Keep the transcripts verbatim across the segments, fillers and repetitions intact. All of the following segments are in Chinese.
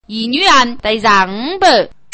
一女人得让步。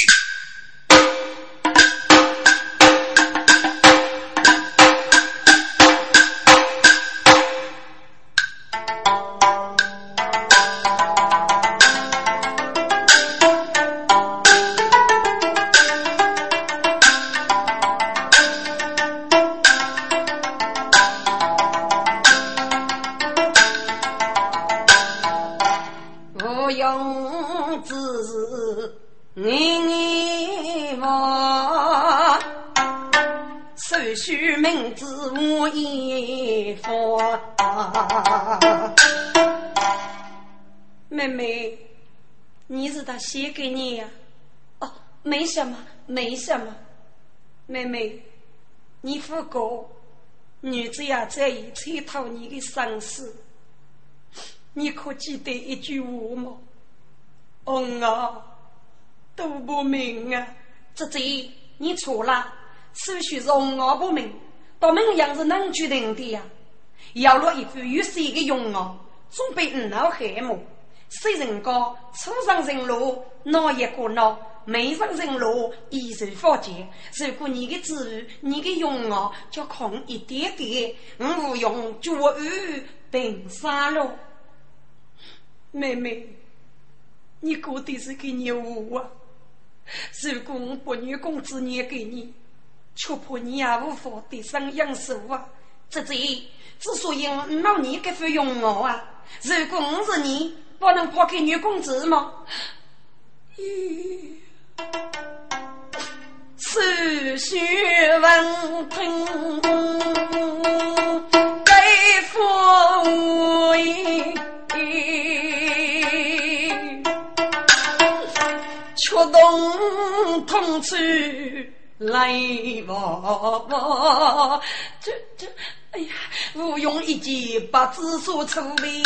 妹妹，你是他写给你呀、啊？哦，没什么，没什么。妹妹，你不过女子呀在意吹透你的伤势，你可记得一句话吗？嗯啊，都不明啊。姐姐，你错了，手续容我不明，到明样是能决定的呀。要落一副有谁的用啊，总被五老黑幕。谁人高初上人路哪一个呢？没上人路一手发解。如果你的子你的用啊就空一点点，我用就我与并杀了。妹妹，你过的是给你我啊！如果我不女公子念给你，却怕你也无法得上养手啊！这这之所以老你给费用我啊，如果我是你。不能抛给女公子吗？是学问听该父为却动痛处来吧，这这哎呀，无用一击把子所处理，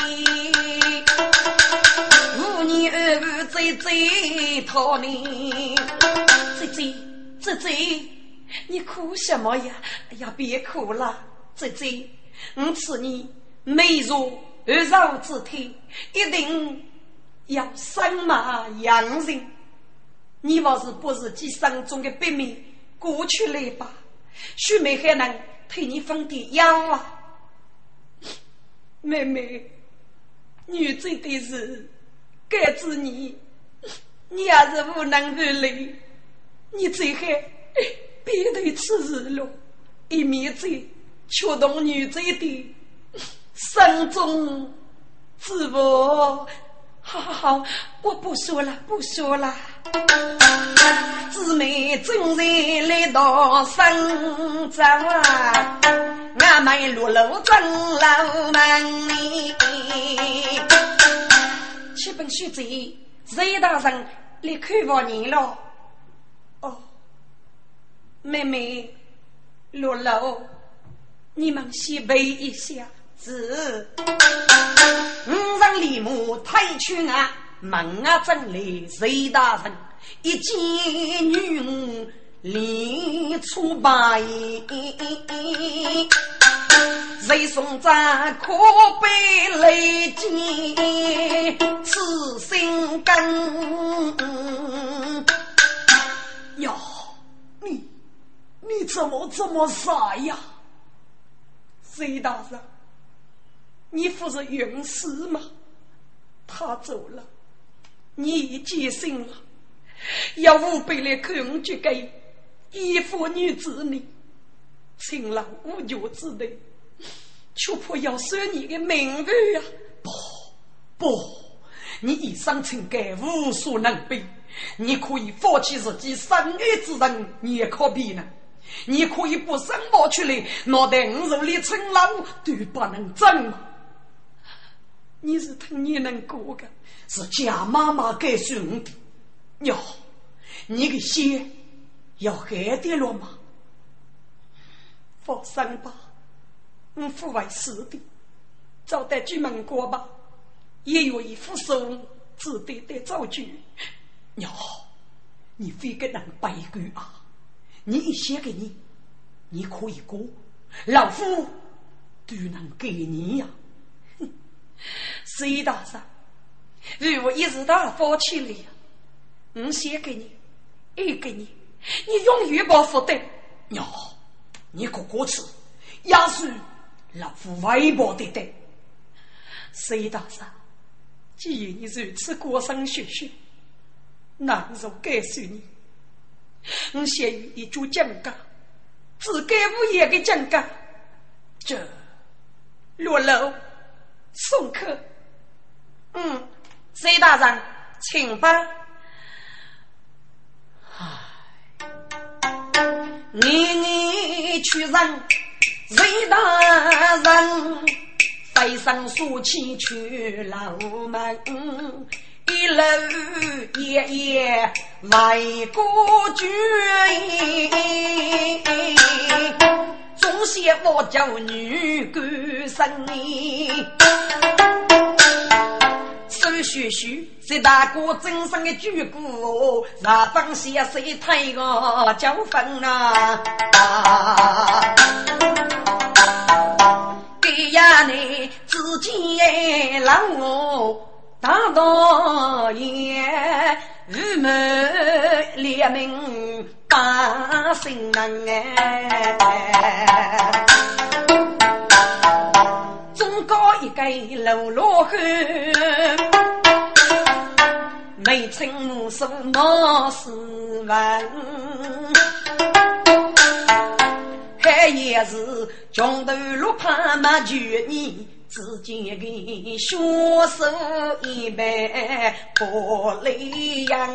无你二五贼贼讨你，贼贼贼贼，你哭什么呀？哎呀，别哭了，贼贼，我赐你美如二绕之体，一定要生马养人。你若是不是几生中的秘密过去来吧，许妹还能替你分点养啊。妹妹，女子的事该知你，你还是无能为力，你最还别对此事了，一面子触动女子的心中自我。好好好，我不说了，不说了。姊妹正人来到深圳啊，俺们路路正老门里。七本书籍，谁大人来看望你了？哦，妹妹，路路，你们先背一下字。五让李母太去啊，门啊正来谁大人？一见女母离出白，谁送咱可悲泪尽此心肝哟，你你怎么这么傻呀？谁大人，你不是允许吗？他走了，你已接信了，要五百来看我去给依附女子呢，情郎无绝之内，却怕要受你的名誉呀！不不，你一生情感无所能比，你可以放弃自己生育之人，你也可比呢。你可以不生活出来，脑袋五手里情郎对不能争吗？你是听你能过的，是假妈妈给孙的哟，你的心要害得了吗？放心吧，我父为死的，找得居门过吧，也有一副手只得得造句哟，你非给人白骨啊！你一写给你，你可以过，老夫都能给你呀、啊。谁大人，如果一时大放弃了， 我写给你，爱给你，你永远不负担。 娘，你可过去，要是老夫微薄的对。 谁大人，既然你如此过生血血，难受该诉你。我写于一株讲家，只该无言的讲家。这落楼送客。 嗯，谁大人，请吧。你你去人，谁大人？飞上书气去老门，一楼夜夜外国军，总写我叫女歌声你。手续续是大哥真生的举鼓，那帮写谁太个交锋啊！给呀你自己让我大道爷玉门列明把心难哎，中高一个楼落去，没称目送我四万，还也是穷头路怕马举你自己给学手一杯玻璃样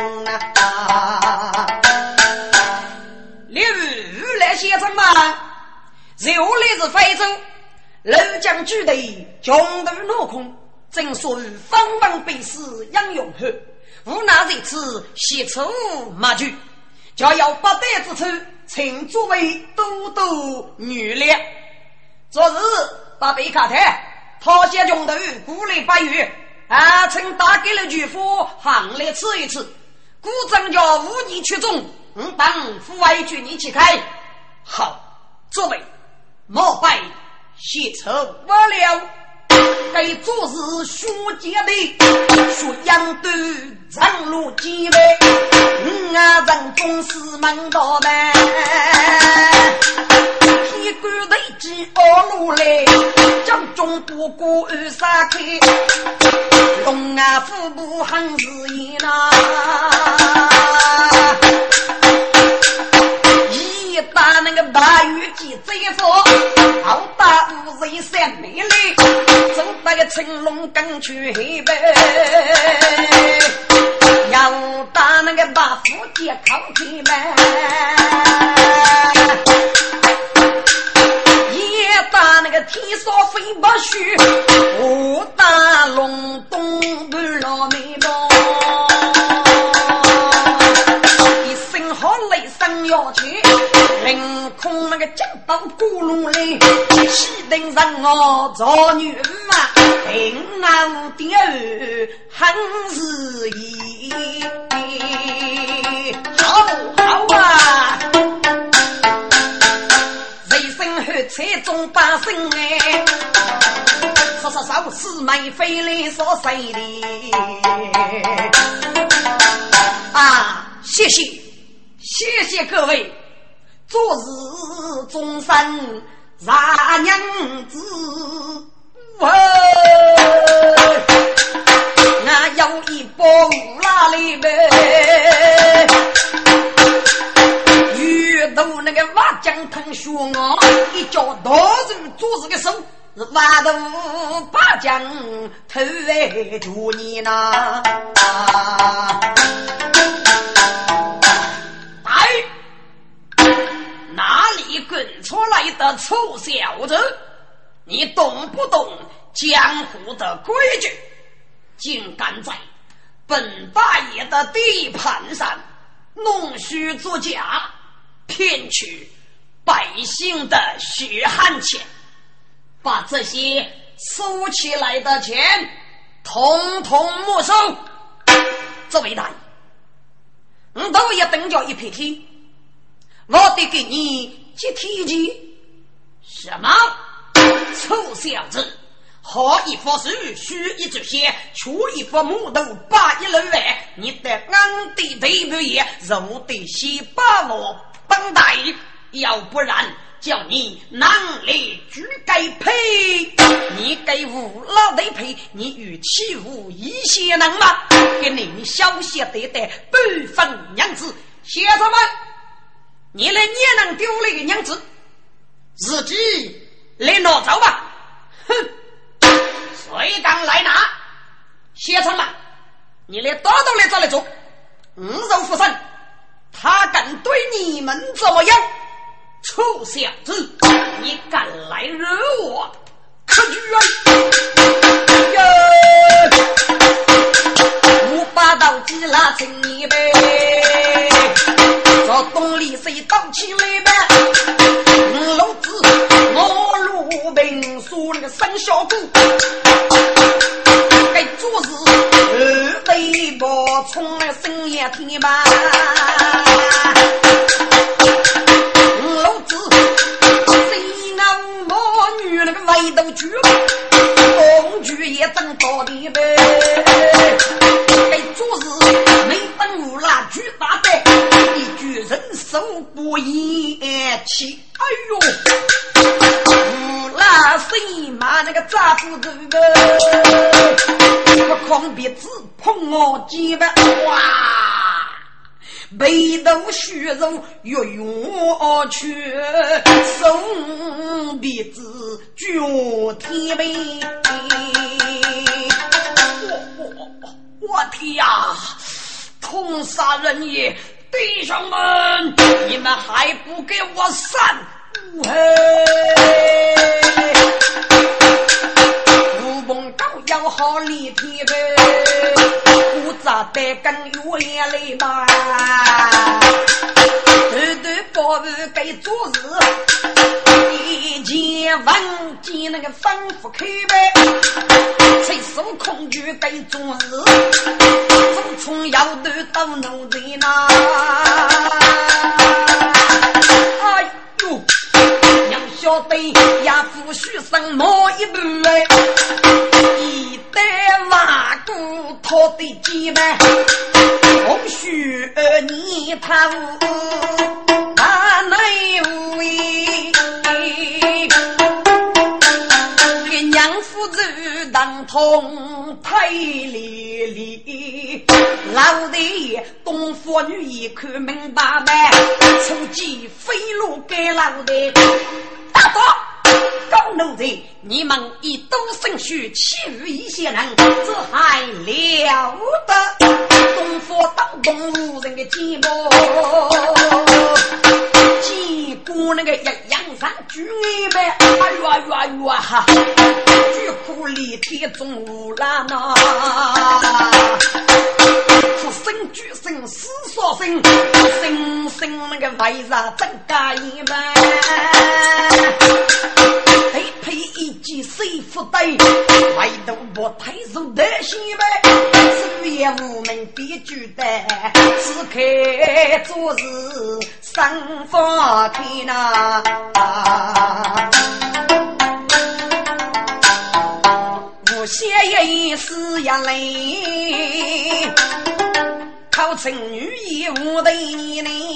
啊！刘玉来先生嘛，肉来自非洲，楼江居的穷头落空，正所谓方方被死杨永和，无奈这次写出马举，就要不得之处，请作为都督女烈。昨日把贝卡特掏下穷头鼓励八月啊，曾打给了举夫行来吃一次，故正叫无你去中，嗯，当父爱举你起开。好，作为莫拜写成不了，该做事书结的说养对长路机位，嗯啊人总是忙到呗，一个雷击二路来，将中不过二三开，龙啊腹部很自然啊，一打那个大雨季这一说，好大无人三美丽，走那个青龙更去黑白，要打那个大福界靠起来，也打那个天上飞不虚，我打龙东不老美东，一声好雷声要去，凌空那个江刀咕噜嘞，西登上我做女嘛，平安第二很是意，好好啊！人生后才中八生哎，说说说四枚飞来所谁的啊！谢谢谢谢各位。昨日中山รา娘子，我有一波拉里呗，遇到那个瓦匠腾说我一脚刀子做这个手，挖到八将头来住你呢。哎，哪里滚出来的臭小子？你懂不懂江湖的规矩？竟敢在本大爷的地盘上弄虚作假，骗取百姓的血汗钱，把这些收起来的钱统统没收。这位大爷，你都要等叫一片天，我得给你接体级。什么臭小子， 好一副手，须一只鞋，出一副木头，把一轮外，你的俺的对不也？肉得西把我绑带，要不然叫你难力举该赔，你给无老得赔，你与其无一些能吗？给你小些得得不分娘子，先生们，你来也能丢了个娘子，自己来拿走吧。哼！谁敢来拿？先生们，你来刀刀来找来做，五肉附身，他敢对你们怎么样？臭小子，你敢来惹我，可居然五把刀击拉成一杯，这东里谁刀起来呗？老子我路兵说那个三小姑，该做事二对波从那深夜天吧。那个外头去公举也正到的呗，该做事没等无拉举大的一句人手不义气，哎呦无拉谁骂那个杂夫子的我狂鼻子碰我鸡巴，哇背头血肉越越去，手鼻子脚天背，我我天呀，痛杀人也！弟兄们，你们还不给我散？乌蒙高要好立体呗，不咋得跟原来嘛。对对，保护该做事，一件忘记那个反复开呗，随手恐惧该做事，从从要得到脑袋呐。哎呦！晓得呀，夫婿生某一步哎，一代瓦骨头的鸡呗，红须儿你他无他内无意，给娘夫子当通太烈烈，老的东佛女一看明白呗，手机飞路给老的。大哥，高奴才，你们一都生须，其余一些人，这还了得？东佛当东无人的寂寞，结果那个一阳山举一呗，哎呦哎呦哎呦哈，举苦力铁中无啦呐，出生举生死所生，生生那个为啥真干一呗？得配一记水福袋，外头我太受得西呗，是也无名别具的，此刻做事三方天呐，无些也是呀嘞，靠成女也无得呢。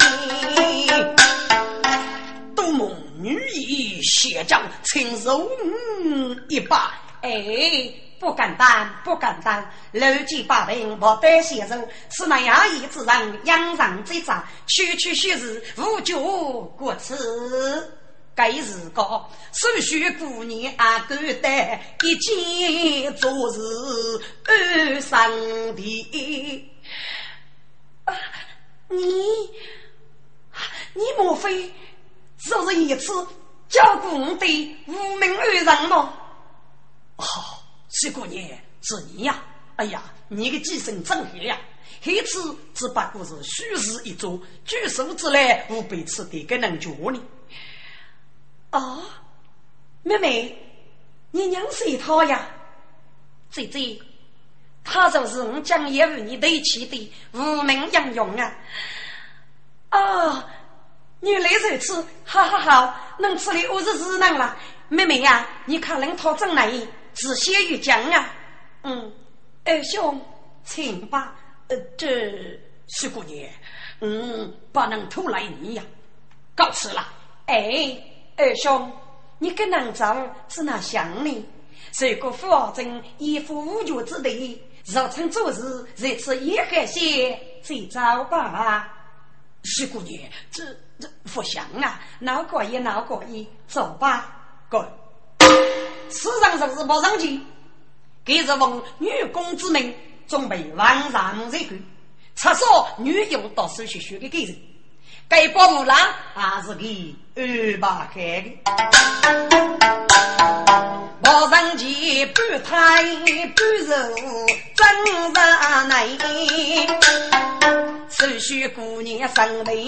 都梦女一写将轻柔一把，哎，不敢当，不敢当。楼记八平我得写手，是那样一之人，养上这张，区区虚日无酒过此。该日高，手续姑娘阿哥的，一见做事二上的。啊，你，你莫非？就是一次教过的无名二人吗？哦，是姑娘，是你呀！哎呀，你个寄生真黑呀！这次只不过是虚实一做，举手之来无被此的个能救你。哦，妹妹，你娘谁他呀？姐姐，他就是我将也与你对齐的无名杨勇啊！哦。你来这次，好好好，能吃力我是只能了。妹妹呀、啊，你看人头真来， 只写于讲啊。嗯，二兄，请吧。呃，这是姑爷，嗯，不能偷来你呀。告辞了。 哎，二兄，你跟能走是哪想你？如果父儿真依附无绝之地，若曾做事，这次也还些最早吧。 是姑爷，这这不想啊， 闹过也闹过也，走吧。 滚！此上甚是不上去，给着奉女公之命，准备晚上这个，厕所女用到手续学给给人，该保姆啦还是给二八开的。我上去半太半肉真上来，手续姑娘上来，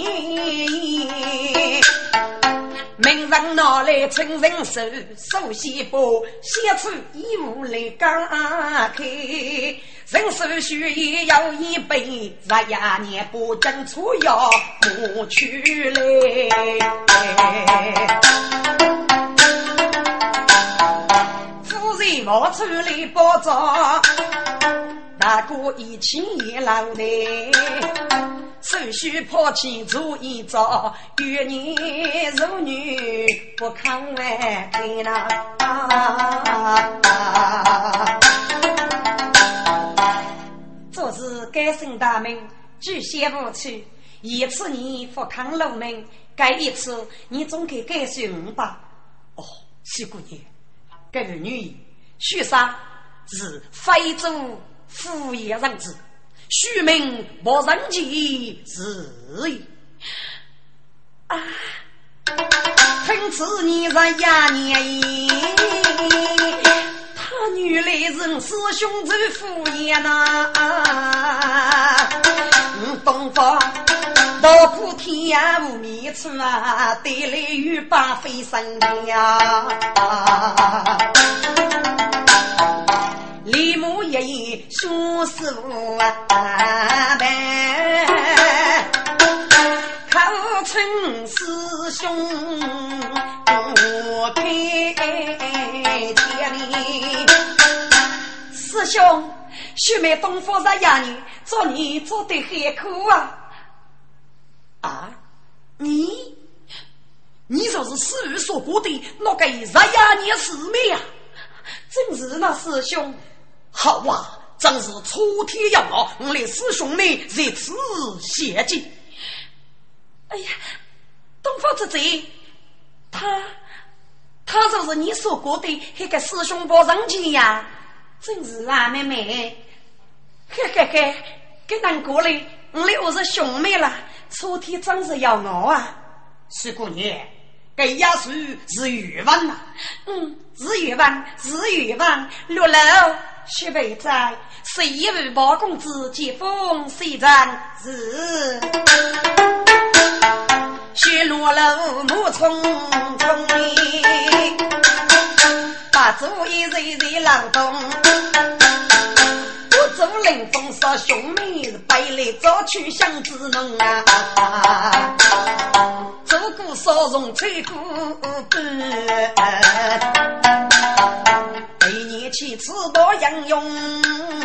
名人拿来称人手，手西部写出衣物来刚开，人手续也要一杯，日呀年不争出要不去来。我出来包装，大哥一起也老的，手续抛弃做一招，越年如女不看外天呐。做事该生大名，巨蟹无趣，一次你不抗路名，该一次你总该该寻吧。哦，是姑爷，该是女许杀是非洲副业上子，许名莫人记是矣啊！听此你在呀年，他女来人师兄之副业呐，嗯，东方到普天涯无觅处啊，得来与八飞生呀。李母爷爷说师傅啊，口称师兄我给天里。师兄许妹东方在呀你做你做得很苦啊。啊，你你就是师父所过的那个在呀你的师妹啊。正是那师兄好啊，真是出天要老，我的师兄妹在此写记。哎呀，东方之贼，他他就是你所过的那个师兄包人情呀。真是啊，妹妹，嘿嘿嘿，跟咱过来，我的我是兄妹了，出天真是要我啊。是姑娘，该压属是语文呐。嗯，是语文，是语文，六楼学备在，十一位包公子接风谁战是学落楼木冲冲里，把主意日日劳动，不走冷风说兄妹白来早去相知农啊，走过烧容吹过半，每年去吃多样用。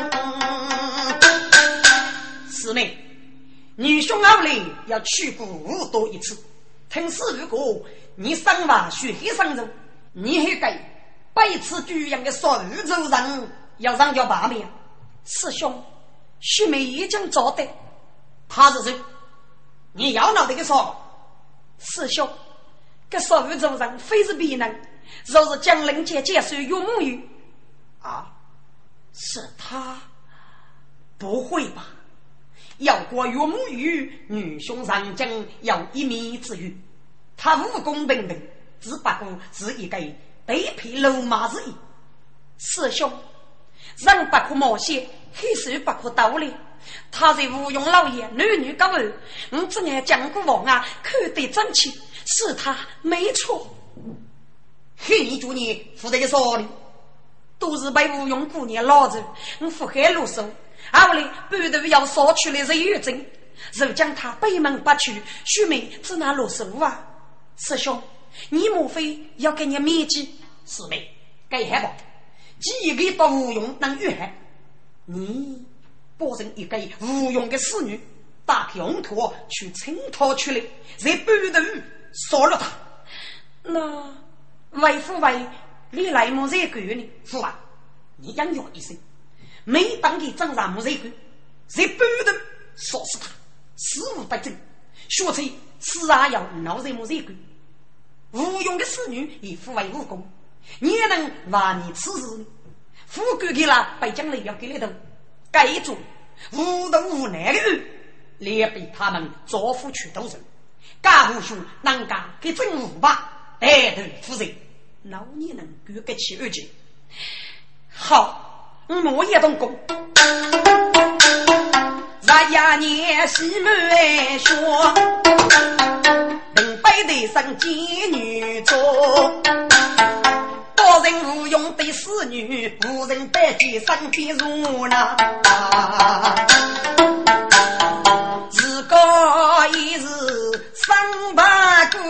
师妹，女兄后来要去过五多一次，听师如果你上马学黑上肉，你还该百次巨样的所宇宙人要上交八面。师兄，许妹已经找得，他是谁？你要闹这个说。师兄，这所宇宙人非是必能，若是江陵界结束岳母语啊，是他？不会吧？要过岳母语，女兄上将要一米之余，他武功平等，只不过是一个卑鄙鲁马之意。师兄，人不可冒险，黑手不可盗猎。他在吴用老爷男女高二，我只爱江国王啊，看得真气，是他没错。嘿，你主你负责个说的，都是被吴用姑娘拉着，我腹海入手，后来半途要杀去了人月真，就将他背门拔去，许妹只拿落手啊。师兄，你莫非要给你灭迹？师妹，该害吧。 几个把无用当遇害，你保证一个无用的侍女，打开红土去清讨出来，在半途杀了他。那为父为你来么这个呢？父啊，你养我一生，每当给张上么这个，在半途杀死他，死无得正，说起死啊要闹在么这个。无用的侍女以父为武功，你也能话你此事富贵给了北疆里要给里头改种无头无奈的人，连被他们造福去斗人干无数能干给政府吧带头负责，老你能给个起二级好我也动工在呀年西门说等北的上妓女做多人无用的侍女，无人百计上边如那。自个一日三百个，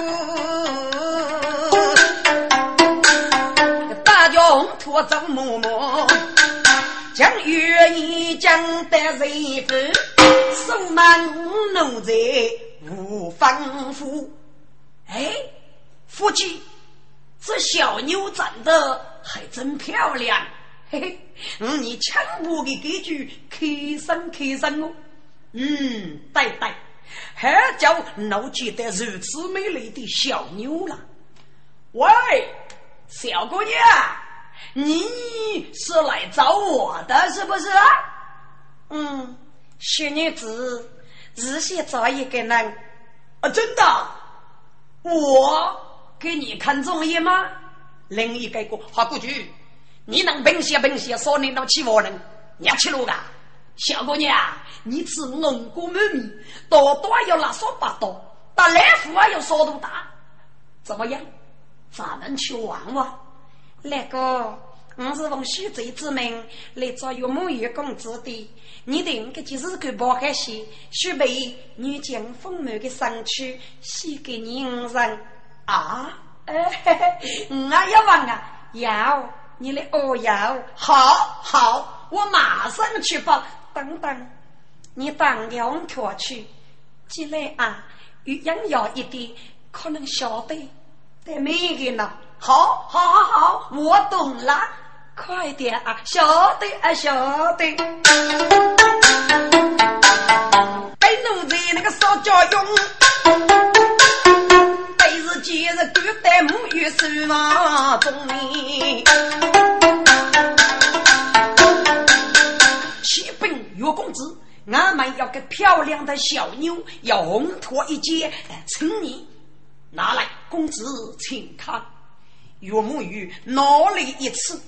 大家红土走默默，将愿意将的人分，手满奴才无方夫。哎，夫妻。这小妞长得还真漂亮，嘿嘿，嗯，你强迫给给句开心开心哦，嗯，对对，还叫老记得如此美丽的小妞了。喂，小姑娘，你是来找我的是不是啊？嗯，小女子只想找一个人啊，真的，我。给你看中意吗？另一个好过去，你能奔些奔些，说你到起我人，你要去路噶？小姑娘，你只弄过门面，多多要拉手把刀，但来福啊要说多大，怎么样？咱们去玩玩。那个，我是奉徐贼之命来找有母与公子的，你定个就是个包开些，许备女将丰满的身躯，献给你五人。啊，哎，我要忘啊，要你来哦要，好好，我马上去报。等等，你当两条去，进来啊，语言要一点，可能晓得，但没个呢。好，好，好，好，我懂了，快点啊，晓得啊，晓得。被奴才那个烧焦用。今日独带母与手往中里，启禀岳公子，俺们要个漂亮的小妞，要红拖一截，请你拿来，公子请看。岳母与脑里一次，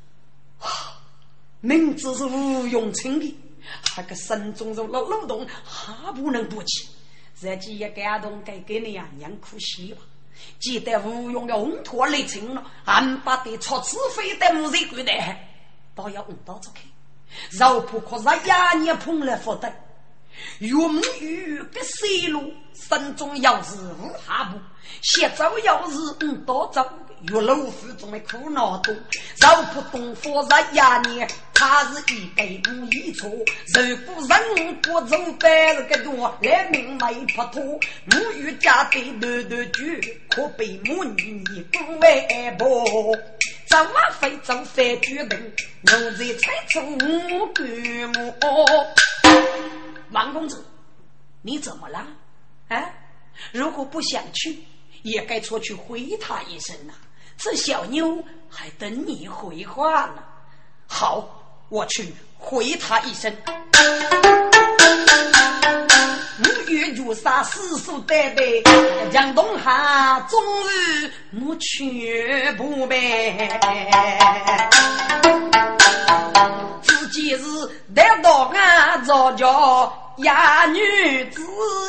明知是无用情的，那个心中有了漏洞，还不能不起。这几也感动该给你呀，娘哭戏吧。记得无用的红拖来请了，俺把的错子非得木谁鬼的，都要用到这去。绕不可是呀，你碰了不得。云雨个西路，山中要是无下步，写走要是嗯多走。岳老府中的苦恼多，绕不东方在呀你，他是一给不一错，如果人不走白了个多，来明白不脱，母语家的对对句，可被母女你不为婆，怎么非走非决定，奴才才从我规模。王公子，你怎么了？啊，如果不想去，也该出去回他一声啊。这小妞还等你回话呢。好，我去回他一声。母语如沙四叔代代，江东哈终日母去不败。自己是得到俺早教呀女子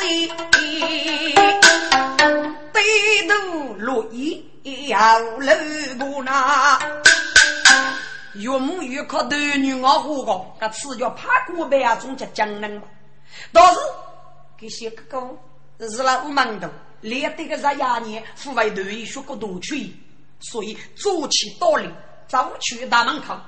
背头落衣要楼不拿，岳母岳靠头女我胡个，他吃叫怕过辈啊，总叫江人吧。倒是这些哥哥是那五门头，连这个在衙年父为头一学个多去，所以做起道理早去大门口。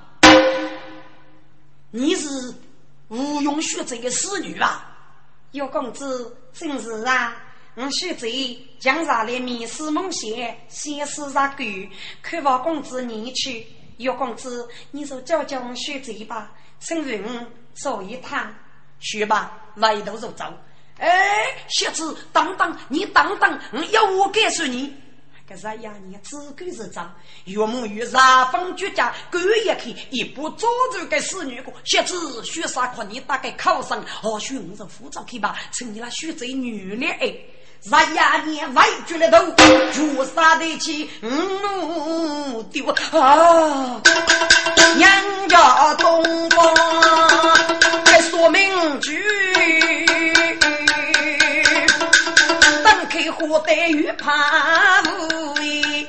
你是吴永学这个侍女吧？ 有公子真是啊，我学这将上来面试梦想，先是杀狗，看望公子你去。有公子，你就教教我学这吧，承认我走一趟。 学吧，歪头就走。哎，小子，等等，你等等，要我告诉你。可是呀，你自个是长，岳母与杀风绝家，狗也可以一步抓住个侍女过。小子，学啥课你大概考上，或许我是辅助去吧，趁你那学这女的哎。啥呀，你歪住了头，就杀得起，嗯，丢啊！娘家东方该说明句。开火带雨怕无你，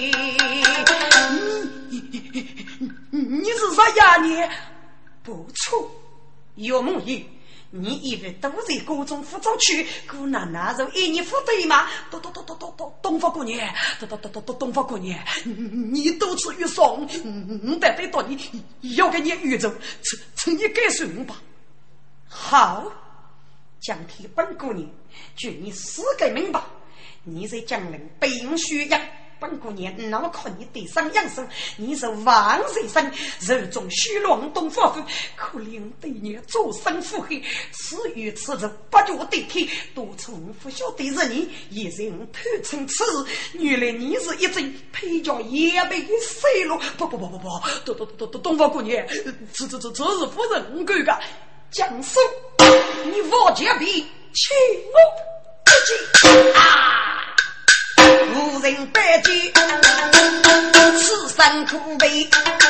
你是啥呀你？不错，有梦意。你以为都在高中辅导区，姑奶奶就一年辅对吗？东东东东东东东方姑娘，东东东东东东方姑娘，你多次遇上，我得得到你，要给你宇宙，请请你告诉我吧。好。将替本姑娘，据你死个明白，你在江陵被人宣扬，本姑娘脑壳你对上养生，你是万岁生，肉中虚乱东方府，可怜对你做生腹黑，此与此人不觉对天，多从不晓得是你，一人偷成此，原来你是一阵配角也被塞落，不不不不不，东东东东东方姑娘，这这这这是不人格的江苏。你我这比请我一记啊！无人百计，此生苦悲，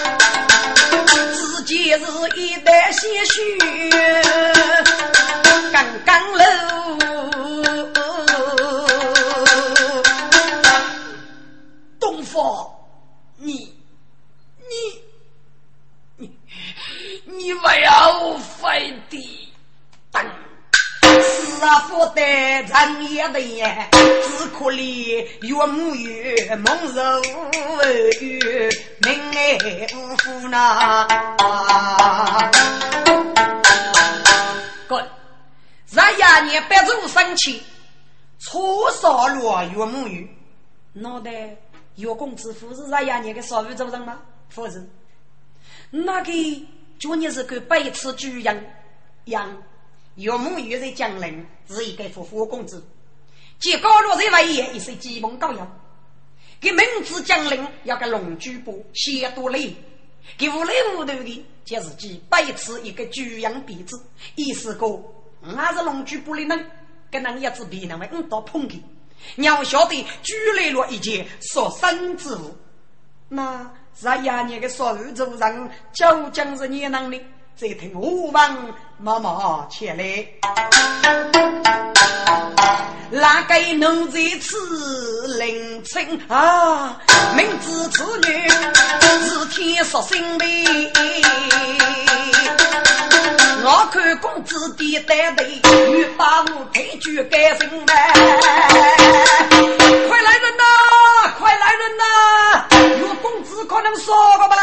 自己是一代鲜血，刚刚漏。东方，你你你你不要反敌。是啊，不得人也的也，只可怜岳母岳梦柔岳命爱无福呐。滚！咱呀你别做生气，错少了岳母岳，脑袋岳公子夫是咱呀你个少宇宙人吗？夫人，那个就你是个白痴巨人样。岳母岳在江陵是一个夫妇公子，结高落在外也也是基本高阳，给明知江陵要个龙居部写多累，给无来无头的就是几白痴一个巨阳鼻子，意思个那是龙居部里能跟人也只比那么五道碰的，你要晓得居来了一件所生之物，那在呀年个所有族人究竟是你能力再听我王妈妈前来，哪个能在此凌晨啊？明知此女是天所生的，我看公子的带队，欲把我配举改成来。快来人呐！快来人呐！有公子可能说个吧？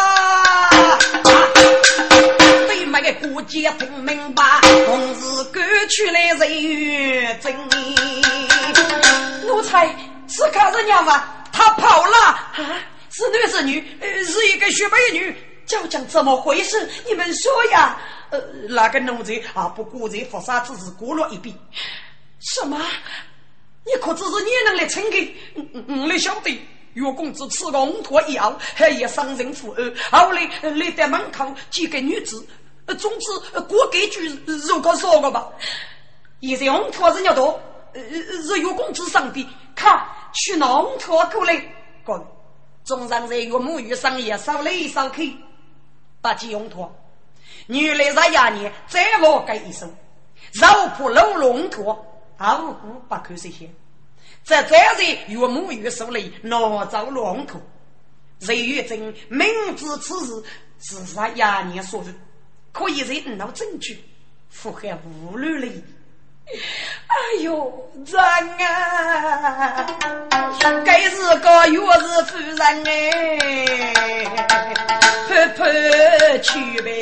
对那个国家听明白，同时赶去来人缘真。奴才是看人家吧，他跑了啊！是男是女？呃，是一个雪白女。究竟怎么回事？你们说呀？呃，那个奴才啊，不过在佛沙只是过了一笔。什么？你可知是你能来称给？嗯嗯，来晓得。岳公子吃个红驼以后，还也伤人负恶。后来来在门口几个女子，呃，总之过给句如果说个吧，也是红驼人要多，呃，是岳公子上的，看去拿红驼过来。各位，中上在岳母与上也少了一少去，把鸡红驼。女来在衙内再我改一声，绕破楼龙驼，二五不可实现。在这在岳母与手里拿走龙驼，谁与真明知此事是在衙内所为，可以在拿证据，符合无律了。哎呦， 人啊，该是个月是夫人哎，拍拍去呗，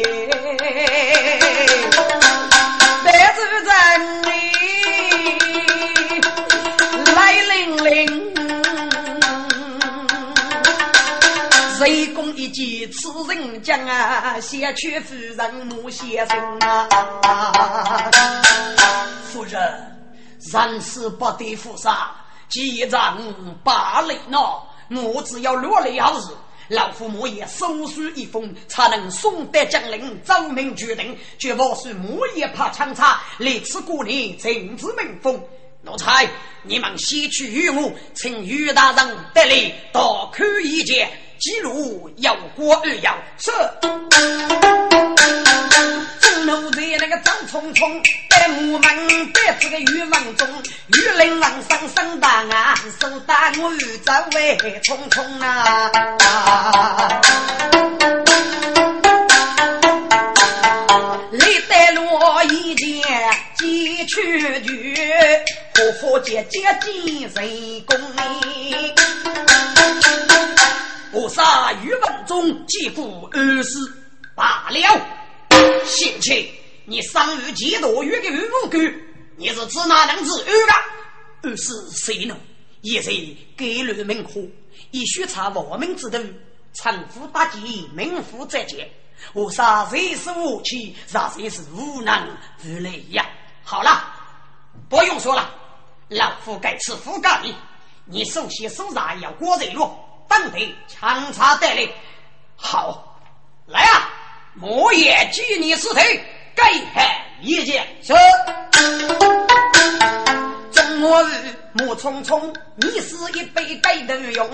白主人哎，来领领。谁共一计，此人将啊，先去夫人母先生啊！ 夫人，人事不得负杀，既然罢了呢，我只要落了好日，老父母也手书一封，才能送得将领奏明决定，绝不是母也怕强差，历次过年政治民风。奴才，你们西去于我，请于大人得力，多看一见。记录有过二要是正奴在那个张匆匆在我们在这个渔网中渔人往上上当啊手打我宇宙为匆匆啊历代落一件几去局活活姐姐进谁功力我杀于文中既故二世罢了兴起你伤于几多月的渔夫哥你是指哪能子二啊二世谁呢也是给了名户以须查我们之道产妇大吉名夫在前我杀谁是武器杀谁是无能无力呀好了不用说了老夫该吃夫告你你首先手上要过人路当得强插带领好来啊我也记你是谁该害一件是中国日木匆匆你是一杯该的用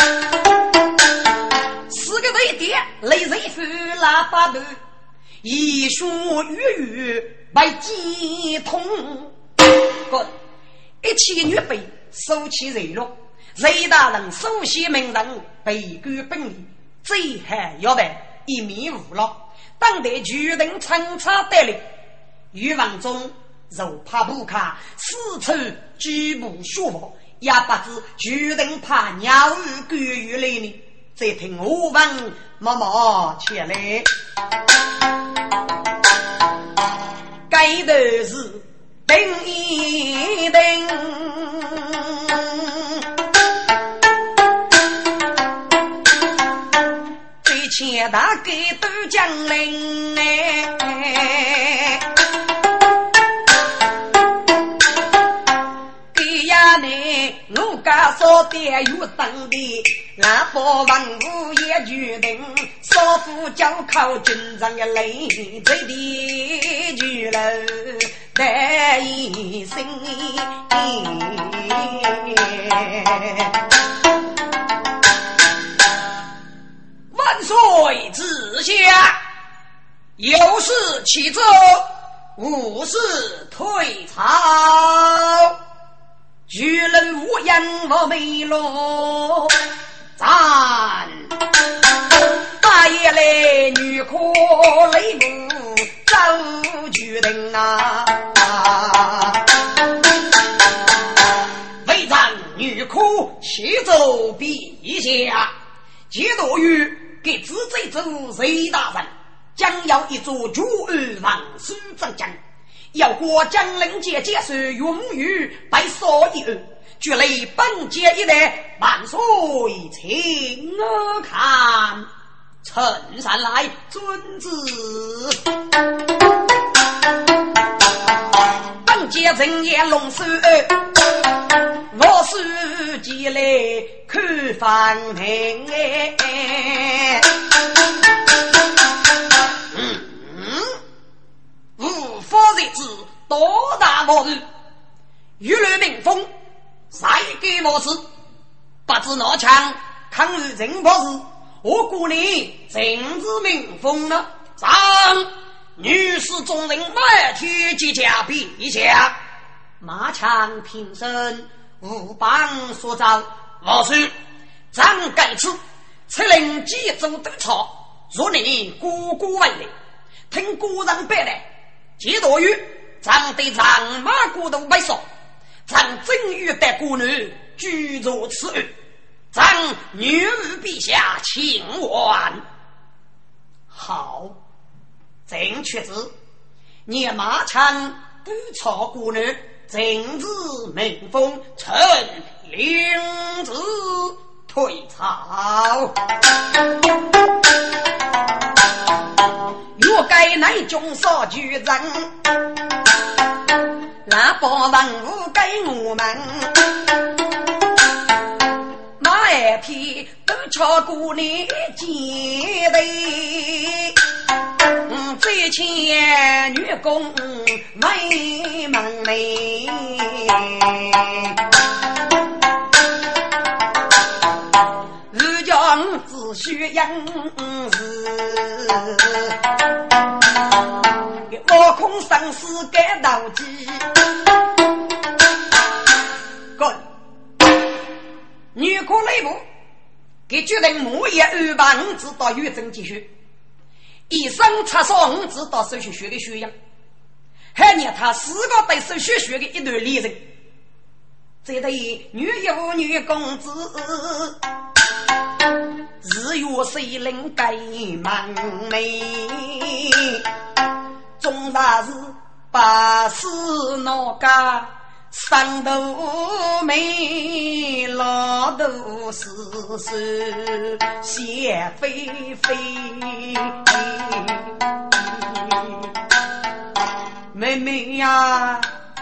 四个雷点雷人夫拉巴的一说粤语白鸡通滚一起女辈收起人路雷大人首席名人被居本里最还要的一米五了当得决定参差带领渔网中肉怕不卡四处举步舒服也不知决定怕鸟语归于里呢再听我问妈妈起来该的是等一等且大给都将领哎，给呀你我家说的有当的，那波万物也决定，少妇教考军长的累赘的巨楼得一生。万岁之下，有事起奏，无事退朝。巨人无言我没落，赞大爷嘞女哭泪不遭决定啊！为咱女哭起奏陛下，节度于。给自这州谁大人将要一座主儿王书正将要过江陵界解释永于白所一二据雷本节一代万岁请我看呈上来遵旨本节正业龙书我是积累去反平哎嗯嗯无法日子多大末日舆论民风谁给我事不知哪枪抗日政府事我估你政治民风呢上女士众人外去即驾陛下马枪平身无帮所造我是张盖此此令几州得草若你孤孤为力听孤人别来几多余张对张马古都为首让正玉的姑女居住此域，让女儿陛下请完。 好，正确子，你马上督察姑女正子命封，臣领旨退朝。若该乃中所举人，那把文物给我们。马儿皮都朝姑娘接的，最前女工美门美，日将只需养子，我空生死该道机。滚！女科内部给决定母也二百五指导预征继续，以上查少五指导手续学的学样，还念他四个对手续学的一段历程。这对女有女公子，日月谁能改满美？总大是把事闹嘎。上头没老头是是谢飞飞，妹妹呀，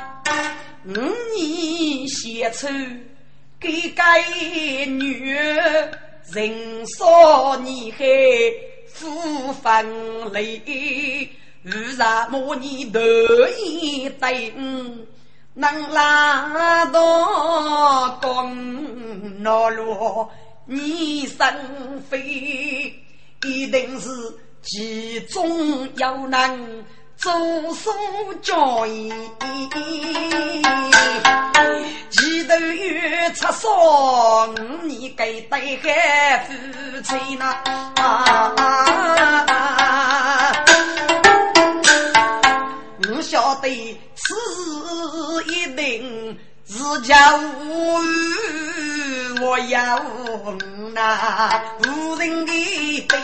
你写出给该女人说你还富分类，为啥么你得意等？能拉到公那路，你生非一定是其中有能做手教义，记得月出送你给带海夫妻呢啊啊啊！我晓得此事一定是家无语，我要那无人的对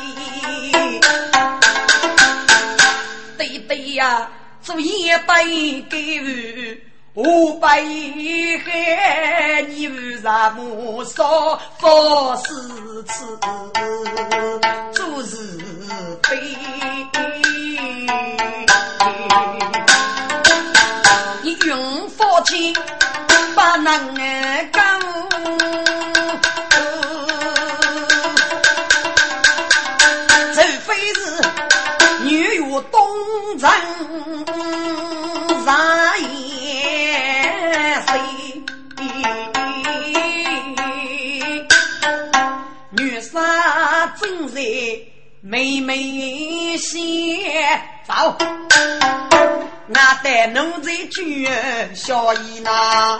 对对呀，做一百给五百海，你为啥么说佛是此做是非？你用佛气把能儿讲，除非是女有东城啥也谁，女杀真是妹妹先走。那带奴才去小姨呐，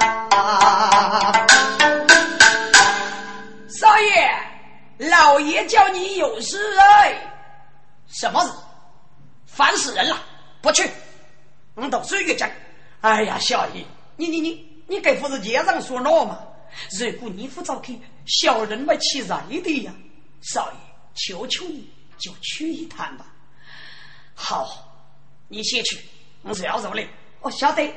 少爷，老爷叫你有事哎。什么事？烦死人了，不去。我都是越讲。哎呀，小姨，你你你你给夫人街上说闹嘛？如果你不早去，小人会气人的呀。少爷，求求你就去一趟吧。好，你先去。我是要走嘞，我晓得。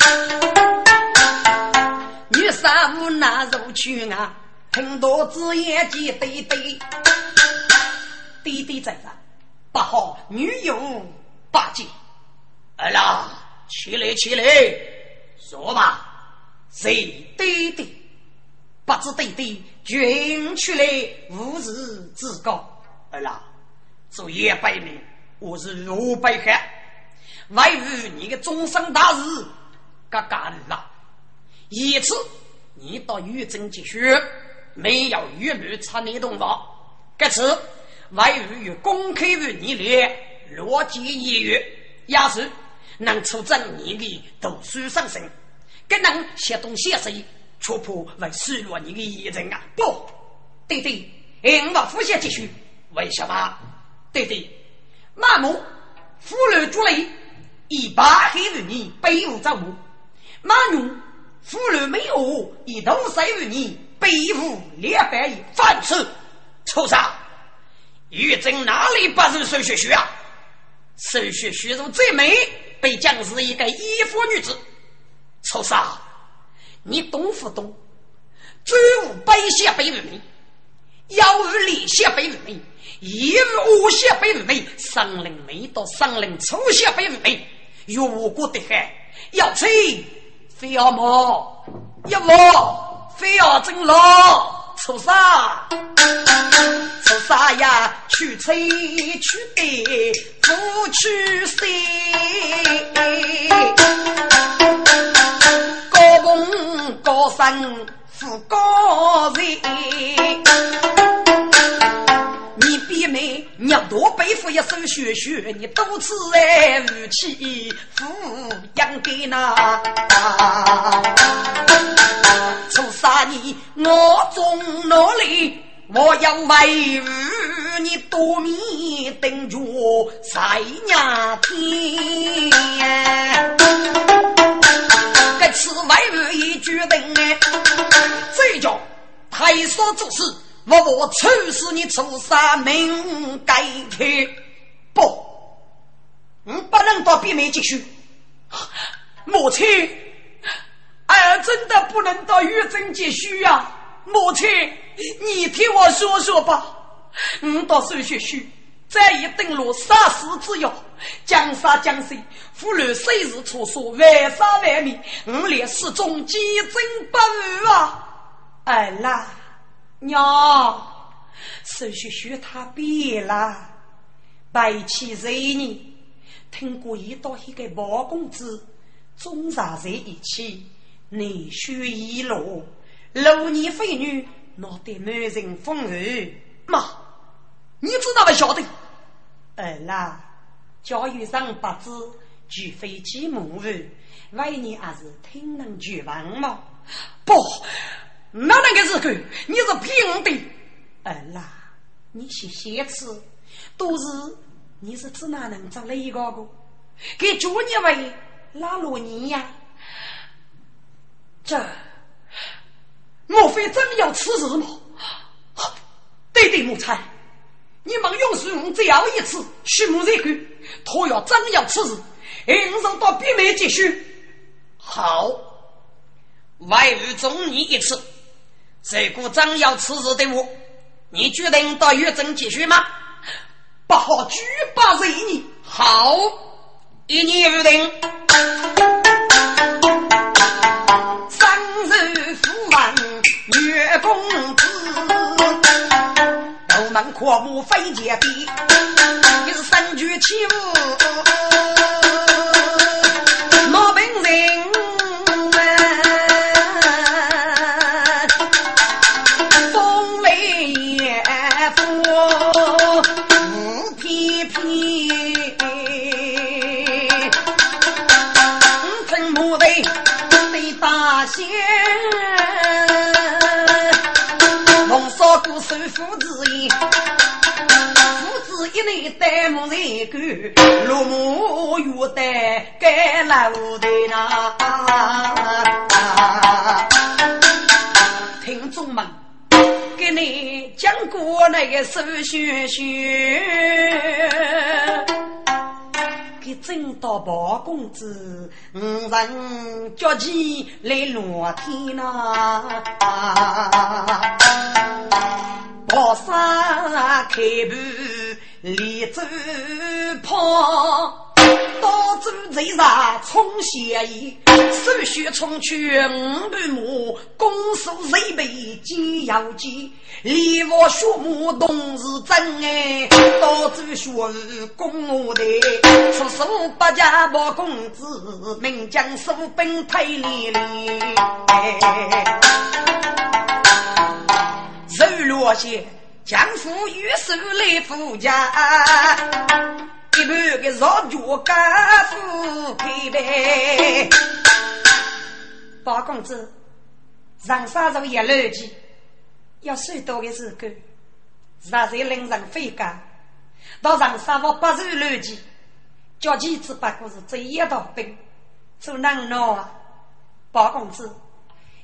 女杀无拿肉去啊，很多子也记对对，对对在上，不好女友八戒。儿啦，起来起来，说吧，谁对对？不知对对，卷出来无日自告。儿啦，做一百名，我是五百汉。外于你的终身大事嘎嘎了，一次你到狱政继续没有预律查你动法，这次外于与公开于你列逻辑一月压实能出证你的读书上升，更能写东写西戳破为失落你的一人啊！不对对，我把复写继续为什么？对对，马母妇女主类一把黑于你背后照顾马女妇女没有一同塞于你，背负两百亿犯事，畜生！玉珍哪里不是孙雪雪啊？孙雪雪如最美，被将是一个衣服女子，畜生！你懂不懂？追无白血被人美，要无立血被人美，一无无血被人美，上灵美到上灵出血被人美，有无辜的害，要吹非要么，要么非要真老，出啥？出啥呀？去吹去的不去谁？高峰高山。富高人，你比美，你多背负一身血血，你都吃来武器抚养给那。从啥你我中努力，我要为吾你多米等着在nhà天。该此外日一决定呢，这叫太说做事，我我处死你出杀命该贴不，嗯，不能到边面继续。 母亲，儿真的不能到月真继续啊！母亲，你听我说说吧。嗯，到孙学婿再一登陆杀死之药，江杀江水，妇女虽日处所，万杀万灭，五连四中几真不如啊！哎啦，娘，孙学婿他别啦，白起人呢？听过一到一个包公子，中杀在一起，内需一路，六年妇女，闹得满人风雨妈。你知道不晓得？儿啦，教育上八字，举飞机母语，为你还是听能绝望吗？不，哪能个是个？你是骗我的！儿啦，你是写词，都是你是只哪能找了一个个？给主你为拉罗尼呀？这莫非真要吃日吗？对对，木材。你们用水用这样一次畜牧这个他要真要吃日硬上到边面继续好外语中你一次这个真要吃日的我你决定到月真继续吗？ 不好举把人你好一年预定三日父王月公子我们阔目飞姐比也是三句起舞我本人风雷也风无皮皮听母的对大仙龙少故事父子一父子一内带母人个落母有带该老的那听众们给你讲过那个手学学给正道包公子五人脚起来落天呐包山开步立走跑刀子贼杀冲血衣手血冲去五百亩公手贼被金腰鸡离我树木冬日真哎刀子血公我的出手八家包公子名将手本太厉厉手落些将夫与手来夫家一半个绕脚干夫配备包公子上沙肉也乐极要睡多的时候让谁领人飞干到上沙我不是乐极叫妻子不过是这一道兵做难闹啊包公子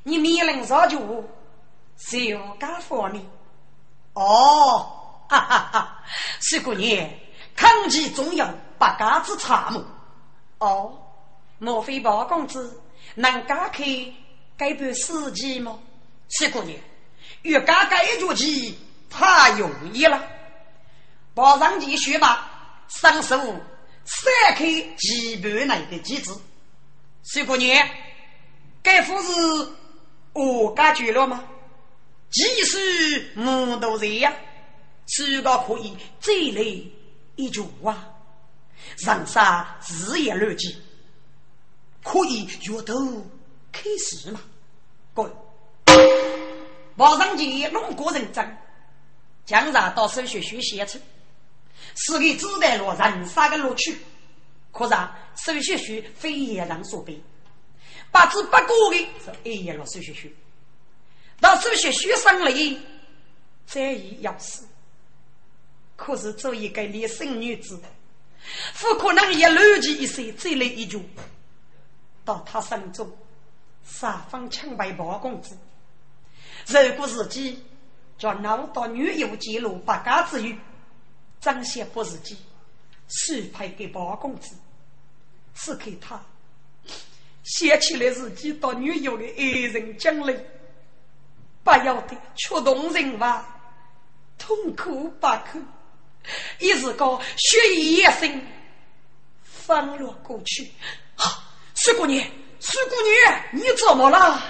你命令啥就谁敢for你？ 哦，哈哈哈！是姑娘，抗击中央八家之参谋。 哦，莫非包公子能敢去改变事迹吗？ 是姑娘，越改改决计太容易了。包上级学吧，上手三开基本内的机制。是姑娘，该副是我感觉了吗？即使木头人呀，是个可以这类一句话，让啥日夜乱记，可以阅读开始嘛？各位，马上级弄国人证，将让到手学学写出，是给自带了人杀的乐趣。可是手学学非也人所背，把之不过的是哎呀了手学学。到手学学生来，这一要死。可是做一个烈性女子，不可能也乱记一些这类一句。到他身中，三方枪败包公子，如果自己叫闹到女友揭露八家之语，彰显不自己，是派给包公子，是给他写起来自己到女友的爱人将来。不要的触动人吧，痛苦不可，一时个血液也生翻落过去。啊，苏姑娘，苏姑娘，你怎么了？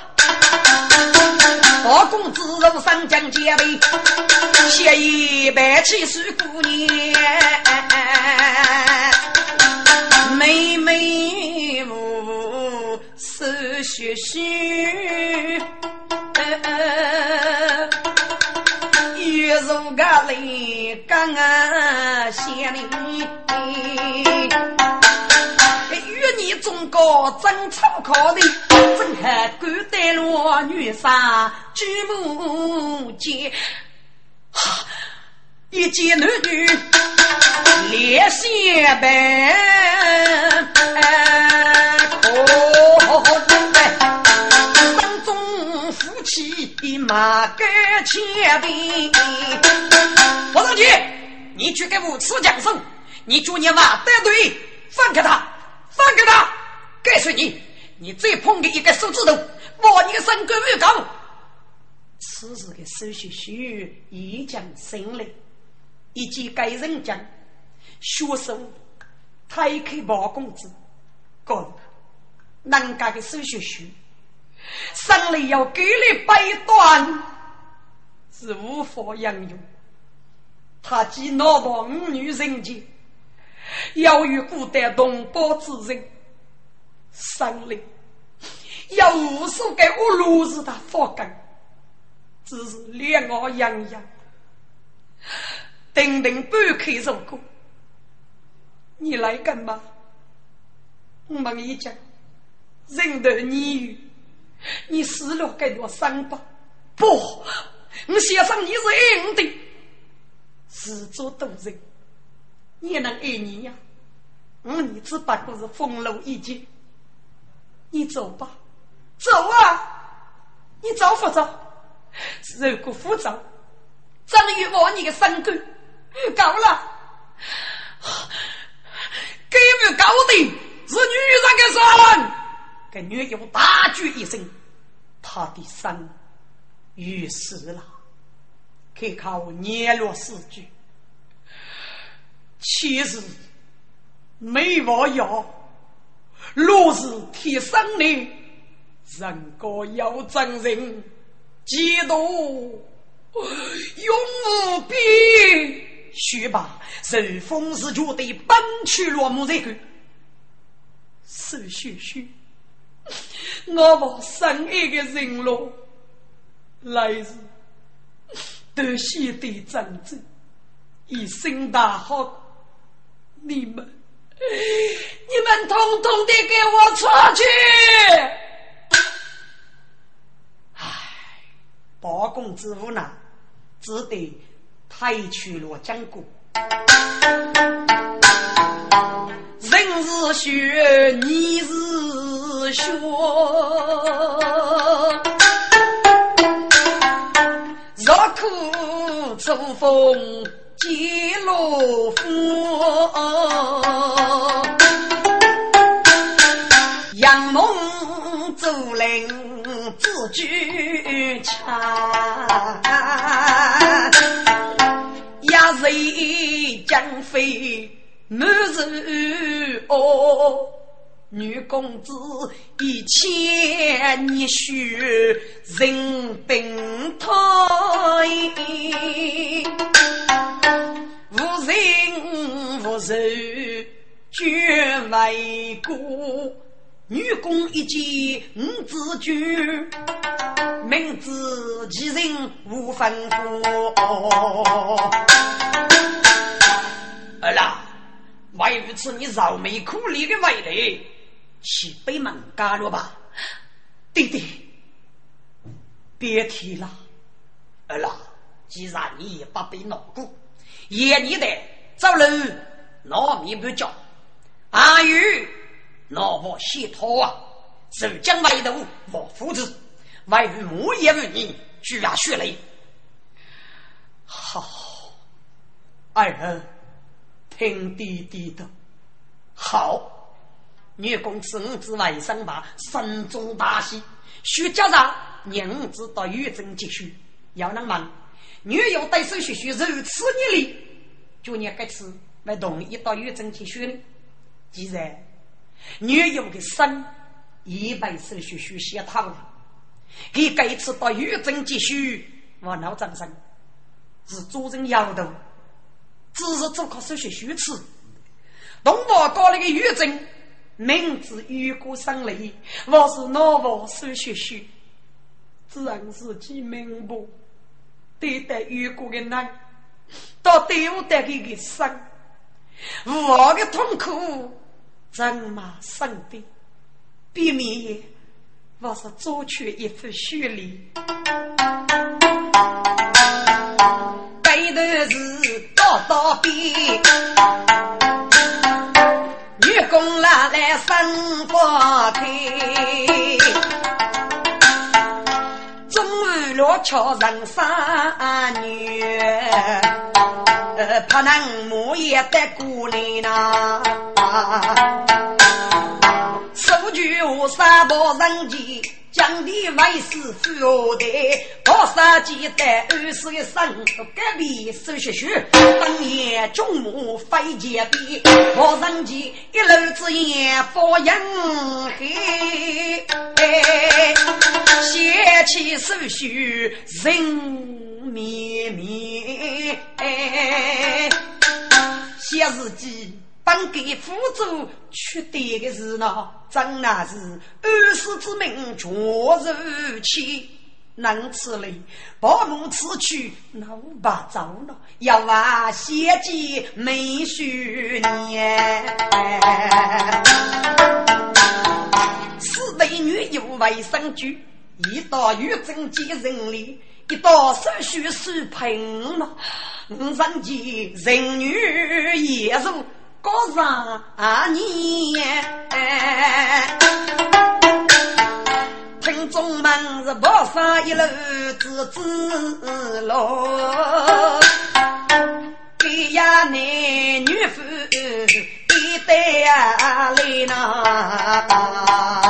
包公子肉上将戒备，写一百七十姑娘，妹妹我是血虚。月如个雷刚啊仙灵，与你中国真草考的，真还敢带落女杀举目间，一见男女列血本，起马个前边，王上去，你去给武慈讲声，你祝你娃带队，放开他，放开他，该随你，你再碰个一个手指头，我你个身高越高。此时的手续须已将生来，以及该人讲，学生太开包公子，个难干的手续须。上来要给你掰断，是无法应用。他既闹到五女人间，要与古代同胞之人上来，要无数个无路子的发根，只是两耳痒痒，等等不可受过。你来干嘛？我们一讲，人的你语。你死了该多伤疤，不，我写上你是爱我的，自作多人，你能爱你呀？我你只不过是风流一劫，你走吧，走啊，你走不走？如果不走，真与我你的身高越高了，给不高的是女人的身。跟女友大举一声，他的伤于死了，可靠捏落四句。其实没我有，若是贴上你，人个要真人，几度永无比。学吧，随风是就得奔去落幕这个，是学学。我把生一个人咯，来日得西的战争，一生大好，你们你们统统的给我出去！唉，包公子无奈，只得抬去了江谷。人是血，你是血， 珠峰几罗夫，杨梦走人自居强，压谁将飞满日哦，女公子一千年许人本胎，无人无寿绝为孤，女公一见五子居，名字其人无分过。儿啦，为如此你饶眉苦力的为累，去北门干了吧。弟弟别提了，儿啦，既然你也不被恼过，也你得走路糯米不叫阿玉那我洗头啊，手将外头我父子外与母也与你居然血泪。好，二人听弟弟的。好，女公子五子外甥吧，心中大喜，徐家长娘子到玉贞继续，要能忙女友对手学学如此你里，就你该次来同意到玉贞继续呢。既然女友的生一百手学学写套了，给该次到玉贞继续我脑掌声是主人要的，只是做靠手学学吃东我搞了个玉贞名字玉骨生雷，我是脑我手学学自然是其明白对待玉骨的难到对我的这个生我的痛苦真马生的避免我是做出一副虚礼，背的是道道边女工拉来生活开，终于落桥人三女怕能母也得姑娘呐，手举无三宝人机将地为师父的高山记得二十一生隔壁手学学当夜中母飞结壁我人机一路之言佛人黑写起手学人绵绵写日记本给辅助取得的是呢，真那是二十之名着如气，能吃力，保姆吃去那五把糟了，要啊写记没许年。四位女友为生居，一道与正接人力，一道手续是平了，五人机人女也如。高上啊你听众们是跑上一路子子路给呀男女妇一对呀来呐